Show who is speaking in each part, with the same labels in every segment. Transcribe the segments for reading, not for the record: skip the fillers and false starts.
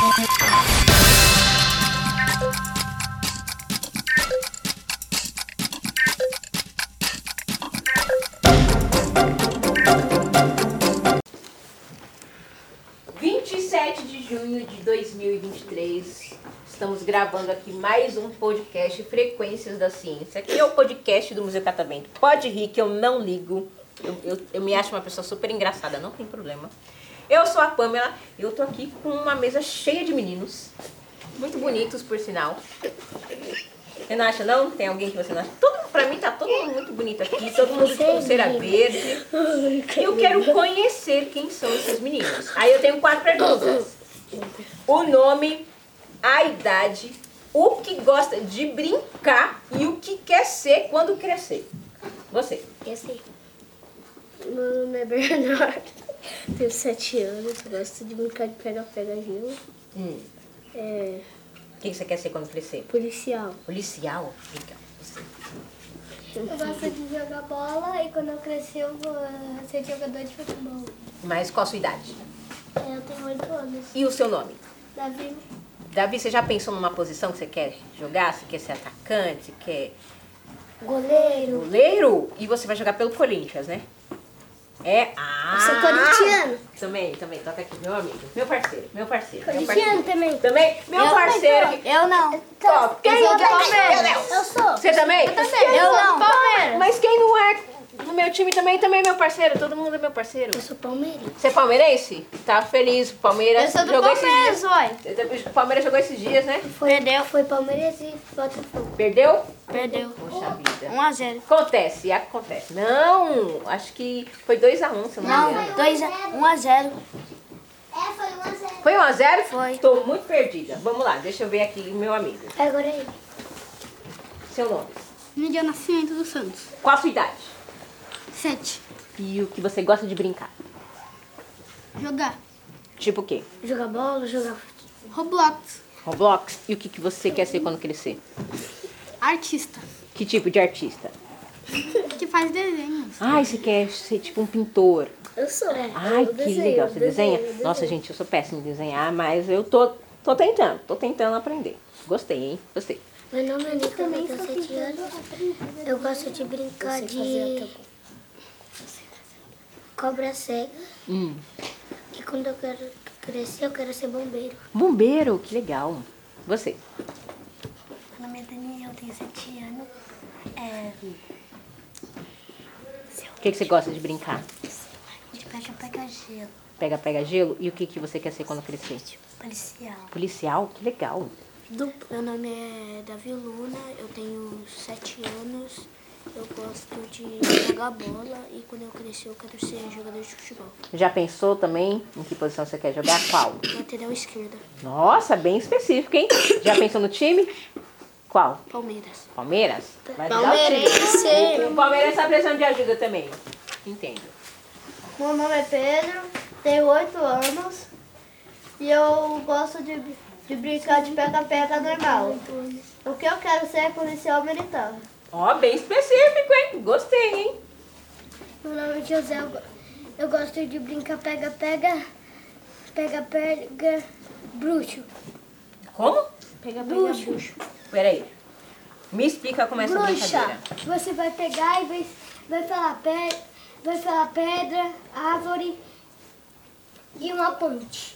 Speaker 1: Junho de 2023, estamos gravando aqui mais um podcast Frequências da Ciência. Aqui é o podcast do Museu Catavento. Pode rir que eu não ligo, eu me acho uma pessoa super engraçada, não tem problema. Eu sou a Pamela e eu tô aqui com uma mesa cheia de meninos, muito bonitos por sinal. Você não acha não? Tem alguém que você não acha? Pra mim tá todo mundo muito bonito aqui, todo mundo de pulseira verde. E eu quero conhecer quem são esses meninos. Aí eu tenho 4 perguntas. O nome, a idade, o que gosta de brincar e o que quer ser quando crescer. Você.
Speaker 2: Eu sei. Meu nome é Bernardo, tenho 7 anos, gosto de brincar de pega-pega-gelo.
Speaker 1: O que você quer ser quando crescer?
Speaker 2: Policial.
Speaker 1: Policial? Legal. Você.
Speaker 3: Eu gosto de jogar bola e quando eu crescer eu vou ser jogador de futebol.
Speaker 1: Mas qual a sua idade?
Speaker 3: Eu tenho 8 anos.
Speaker 1: E o seu nome?
Speaker 3: Davi.
Speaker 1: Davi, você já pensou numa posição que você quer jogar? Você quer ser atacante? Você quer
Speaker 3: Goleiro.
Speaker 1: goleiro? E você vai jogar pelo Corinthians, né? É? Ah!
Speaker 2: Eu sou corintiano.
Speaker 1: Também. Toca aqui, meu amigo. Meu parceiro.
Speaker 3: Corintiano também.
Speaker 1: Também? Meu parceiro.
Speaker 2: Eu não.
Speaker 1: Top. Quem
Speaker 2: Eu sou
Speaker 1: não
Speaker 2: do
Speaker 1: é?
Speaker 2: Palmeiras.
Speaker 3: Eu sou.
Speaker 1: Você também?
Speaker 3: Eu também.
Speaker 2: Eu não.
Speaker 3: Palmeiras.
Speaker 1: Mas quem não é no meu time também é meu parceiro. Todo mundo é meu parceiro.
Speaker 2: Eu sou palmeirense.
Speaker 1: Você é palmeirense? Tá feliz. Palmeiras
Speaker 3: Eu sou do
Speaker 1: jogou
Speaker 3: Palmeiras,
Speaker 1: esses
Speaker 3: uai.
Speaker 1: dias. O Palmeiras jogou esses dias, né?
Speaker 3: Foi Palmeiras e Botafogo.
Speaker 1: Perdeu?
Speaker 2: Perdeu.
Speaker 1: Poxa vida.
Speaker 2: 1-0.
Speaker 1: Acontece. Não, acho que foi 2-1, se eu não me engano.
Speaker 2: 1-0.
Speaker 1: Foi 1-0?
Speaker 2: Foi.
Speaker 1: Tô muito perdida. Vamos lá, deixa eu ver aqui o meu amigo.
Speaker 3: Agora aí.
Speaker 1: Seu nome?
Speaker 2: No dia Nascimento dos Santos.
Speaker 1: Qual a sua idade?
Speaker 2: 7.
Speaker 1: E o que você gosta de brincar?
Speaker 2: Jogar.
Speaker 1: Tipo o quê?
Speaker 2: Jogar bola, jogar Roblox.
Speaker 1: Roblox? E o que você quer ser quando crescer?
Speaker 2: Artista.
Speaker 1: Que tipo de artista?
Speaker 2: Que faz desenhos.
Speaker 1: Ai, você quer ser tipo um pintor.
Speaker 2: Eu sou.
Speaker 1: Ai, que legal. Você desenha? Nossa, gente, eu sou péssima em desenhar, mas eu tô tentando aprender. Gostei, hein? Gostei.
Speaker 3: Meu nome é Nico, eu tenho 7 anos. Eu gosto de brincar de cobra cega. E quando eu quero crescer, eu quero ser bombeiro.
Speaker 1: Bombeiro, que legal. Você?
Speaker 3: Meu nome é Daniel, eu tenho 7 anos.
Speaker 1: O que você gosta de brincar?
Speaker 3: De pega-pega-gelo.
Speaker 1: Pega gelo? E o que você quer ser quando crescer?
Speaker 3: Policial.
Speaker 1: Policial? Que legal.
Speaker 2: Meu nome é Davi Luna, eu tenho 7 anos, eu gosto de jogar bola e quando eu crescer eu quero ser jogador de futebol.
Speaker 1: Já pensou também em que posição você quer jogar? Qual?
Speaker 2: Lateral esquerda,
Speaker 1: Nossa, bem específico, hein? Já pensou no time? Qual?
Speaker 2: Palmeiras.
Speaker 1: Palmeiras? Vai ajudar o time. O Palmeiras está precisando de ajuda também. Entendo.
Speaker 3: Meu nome é Pedro, tenho 8 anos e eu gosto de brincar de pega-pega normal. O que eu quero ser é policial militar.
Speaker 1: Ó, bem específico, hein? Gostei, hein?
Speaker 3: Meu nome é José, eu gosto de brincar pega-pega bruxo.
Speaker 1: Como?
Speaker 2: Pega
Speaker 3: Bruxo.
Speaker 1: Peraí. Me explica como é essa
Speaker 3: Bruxa.
Speaker 1: brincadeira.
Speaker 3: Você vai pegar e vai falar pedra, árvore e uma ponte.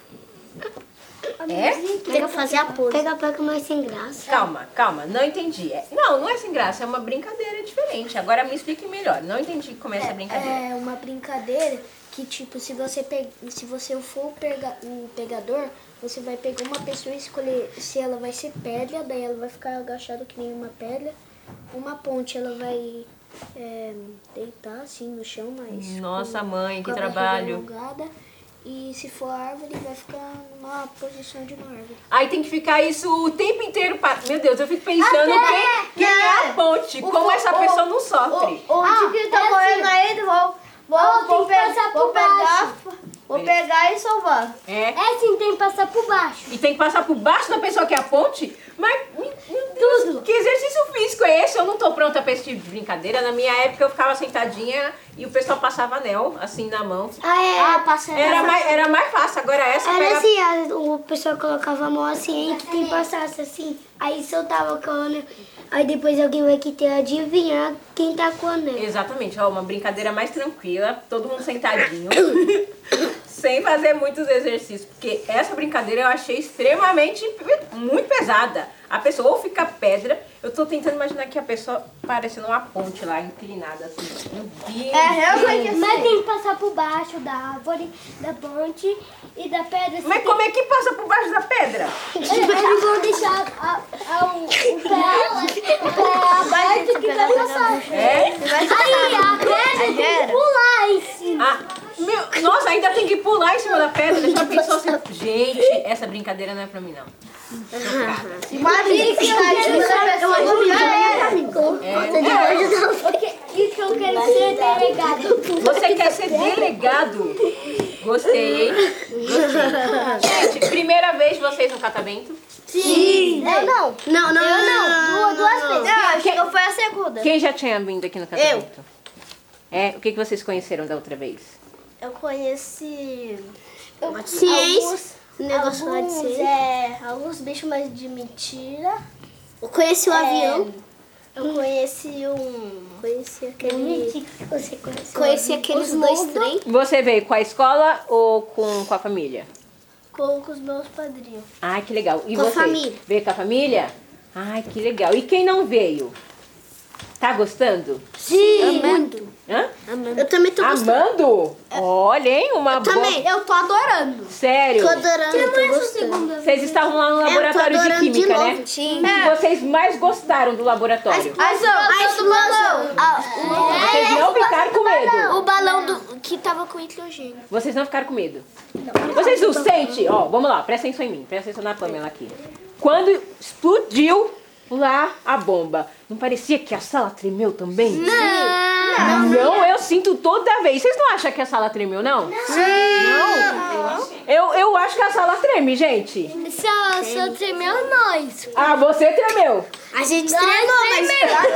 Speaker 1: É?
Speaker 2: Tem que fazer a pose.
Speaker 3: Pega-pega mais sem graça.
Speaker 1: Calma, não entendi. Não é sem graça, é uma brincadeira diferente. Agora me explique melhor. Não entendi como é essa brincadeira.
Speaker 2: É uma brincadeira que, tipo, se você for o pegador, você vai pegar uma pessoa e escolher se ela vai ser pedra, daí ela vai ficar agachada que nem uma pedra. Uma ponte, ela vai deitar assim no chão, mas...
Speaker 1: Nossa, mãe, que
Speaker 2: com a barriga
Speaker 1: trabalho.
Speaker 2: alongada. E se for árvore, vai ficar numa posição de uma árvore.
Speaker 1: Aí tem que ficar isso o tempo inteiro. Meu Deus, eu fico pensando quem é a ponte. Como essa pessoa não sofre.
Speaker 3: Onde que tá correndo aí, vou pegar e salvar.
Speaker 1: É.
Speaker 3: É sim, tem que passar por baixo.
Speaker 1: E tem que passar por baixo da pessoa que é a ponte? Mas, meu Deus
Speaker 2: tudo.
Speaker 1: Que exercício físico é esse? Eu não tô pronta pra esse tipo de brincadeira. Na minha época eu ficava sentadinha e o pessoal passava anel, assim, na mão.
Speaker 2: Passava.
Speaker 1: Era mais fácil, agora essa
Speaker 2: Era
Speaker 1: pega...
Speaker 2: assim, o pessoal colocava a mão assim, aí que quem passasse assim, aí soltava com o anel. Aí depois alguém vai que ter adivinhar quem tá com o anel.
Speaker 1: Exatamente, ó, uma brincadeira mais tranquila, todo mundo sentadinho, sem fazer muitos exercícios, porque essa brincadeira eu achei extremamente, muito pesada. A pessoa ou fica pedra, eu tô tentando imaginar que a pessoa parecendo uma ponte lá, inclinada assim. Meu Deus.
Speaker 3: Realmente
Speaker 2: Mas tem que passar por baixo da árvore, da ponte e da pedra.
Speaker 1: Mas como é que passa por baixo da pedra?
Speaker 2: Eles vão deixar o pé aberto que vai passar.
Speaker 1: É?
Speaker 2: Aí a pedra tem que pular em cima.
Speaker 1: Nossa, ainda tem que pular em cima da pedra. Já pensou assim? Gente, essa brincadeira não é pra mim, não.
Speaker 3: Imagina que tá em cima da pessoa.
Speaker 2: Isso que eu quero ser delegado.
Speaker 1: Você quer ser delegado? Gostei, hein? Gostei. Gente, primeira vez vocês no catavento?
Speaker 3: Sim. Eu não.
Speaker 2: Não.
Speaker 3: Duas vezes. Acho que foi a segunda.
Speaker 1: Quem já tinha vindo aqui no catavento? É, o que vocês conheceram da outra vez?
Speaker 3: Eu conheci
Speaker 2: Ciência.
Speaker 3: negócio
Speaker 2: lá de ciência.
Speaker 3: alguns bichos mais de mentira.
Speaker 2: Eu conheci o avião.
Speaker 3: Eu conheci
Speaker 2: Conheci aquele. Você conheceu?
Speaker 3: Conheci aqueles dois trem
Speaker 1: Você veio com a escola ou com a família?
Speaker 3: com os meus padrinhos.
Speaker 1: Ai, que legal. E
Speaker 2: Com a
Speaker 1: você?
Speaker 2: família.
Speaker 1: Veio com a família? Ai, que legal. E quem não veio? Tá gostando?
Speaker 2: Sim. Amando.
Speaker 1: Hã?
Speaker 2: Eu também tô gostando.
Speaker 1: Amando? Olha, hein? Uma boa...
Speaker 2: Também.
Speaker 3: Eu tô adorando.
Speaker 1: Sério?
Speaker 2: Tô adorando. Eu tô gostando.
Speaker 1: Vocês estavam lá no laboratório de
Speaker 2: adorando de
Speaker 1: química,
Speaker 2: novo.
Speaker 1: né?
Speaker 2: Sim.
Speaker 1: O que vocês mais gostaram do laboratório?
Speaker 3: A explosão.
Speaker 1: Vocês não ficaram com medo?
Speaker 2: O balão que tava com hidrogênio.
Speaker 1: Vocês não ficaram com medo? Vocês não sentem? Ó, vamos lá, presta atenção em mim. Presta atenção na Pamela aqui. Quando explodiu lá a bomba, não parecia que a sala tremeu também? Não, eu sinto toda vez. Vocês não acham que a sala tremeu, não? Não? Eu acho que a sala treme, gente.
Speaker 2: Só tremeu nós.
Speaker 1: Ah, você tremeu.
Speaker 2: A gente tremeu, mas...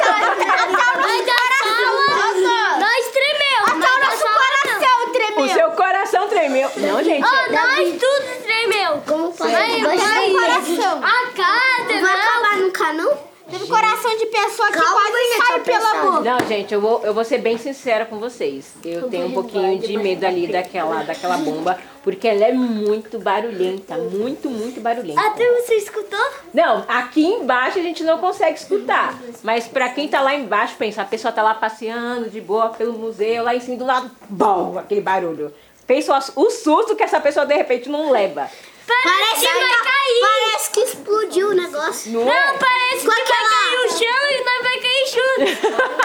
Speaker 2: Nós tremeu. Até o nosso coração tremeu.
Speaker 1: O seu coração tremeu. Não, gente.
Speaker 2: Nós tudo tremeu. Como pode? Coração. A casa, vai acabar nunca, não?
Speaker 3: Teve coração de pessoa que quase sai pela boca.
Speaker 1: Não, gente, eu vou ser bem sincera com vocês. Eu tenho um pouquinho de medo ali daquela bomba, porque ela é muito barulhenta, muito barulhenta.
Speaker 2: Até você escutou?
Speaker 1: Não, aqui embaixo a gente não consegue escutar, mas pra quem tá lá embaixo, pensa, a pessoa tá lá passeando de boa pelo museu, lá em cima do lado, bom, aquele barulho. Pensa o susto que essa pessoa de repente não leva.
Speaker 2: Parece que vai cair. Parece que explodiu o negócio.
Speaker 1: Não, é?
Speaker 2: Parece que vai cair o chão e nós vai cair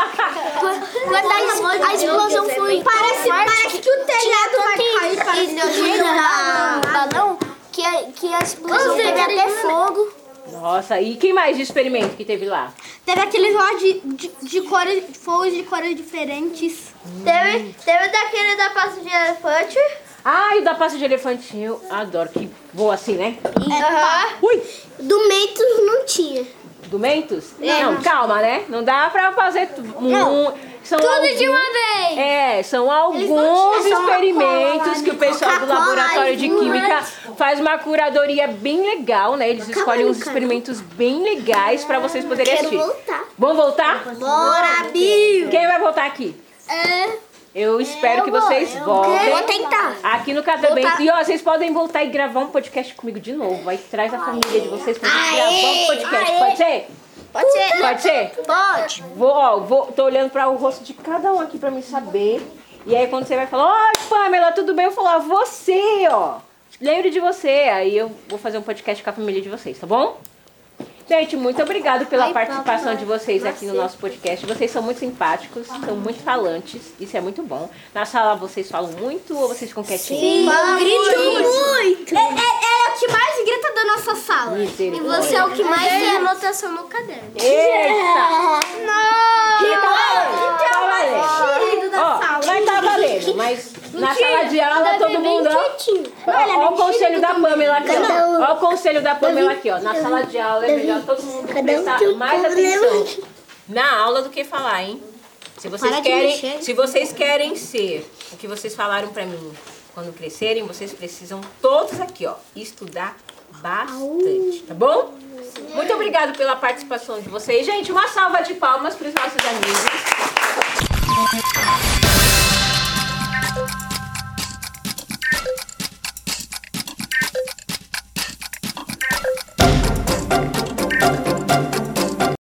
Speaker 2: junto. Quando a explosão foi
Speaker 3: Parece que o telhado vai cair para
Speaker 2: balão que a explosão teve até fogo.
Speaker 1: Nossa, e quem mais de experimento que teve lá?
Speaker 3: Teve aqueles lá de cores, fogos de cores diferentes. Teve daquele da pasta de elefante.
Speaker 1: Ah, e o da pasta de elefante, eu adoro, que voa assim, né? Ui!
Speaker 2: Do Mentos não tinha.
Speaker 1: Do Mentos? Não, calma, né? Não dá pra fazer são
Speaker 2: Tudo de uma vez.
Speaker 1: É, são alguns experimentos que o pessoal do laboratório de química faz uma curadoria bem legal, né? Eles escolhem uns experimentos bem legais pra vocês poderem assistir.
Speaker 2: voltar.
Speaker 1: Vamos voltar?
Speaker 2: Bora, Bill.
Speaker 1: Quem vai voltar aqui? Eu espero que vocês voltem.
Speaker 2: Vou tentar.
Speaker 1: Aqui no catavento. E ó, vocês podem voltar e gravar um podcast comigo de novo. Aí traz a família de vocês pra gente gravar um podcast. Pode ser?
Speaker 2: Pode ser.
Speaker 1: Pode ser?
Speaker 2: Pode.
Speaker 1: Tô olhando para o rosto de cada um aqui pra me saber. E aí quando você vai falar, oi Pamela, tudo bem? Eu vou falar, você, ó. Lembro de você. Aí eu vou fazer um podcast com a família de vocês, tá bom? Gente, muito obrigado pela participação de vocês aqui no nosso podcast. Vocês são muito simpáticos, são muito falantes. Isso é muito bom. Na sala vocês falam muito ou vocês ficam quietinhos?
Speaker 2: Sim, grito muito.
Speaker 3: Ela é o que mais grita da nossa sala.
Speaker 2: E você é o que mais tem anotação no caderno.
Speaker 1: Eita!
Speaker 3: Não!
Speaker 1: Tá valendo. Ó, vai tá valendo, mas na sala de aula todo mundo, ó o conselho da Pamela aqui, ó. Olha o conselho da Pamela aqui, ó. Na sala de aula é melhor todo mundo prestar mais atenção na aula do que falar, hein? Se vocês querem ser o que vocês falaram pra mim quando crescerem, vocês precisam todos aqui, ó, estudar bastante, tá bom? Muito obrigada pela participação de vocês. Gente, uma salva de palmas para os nossos amigos.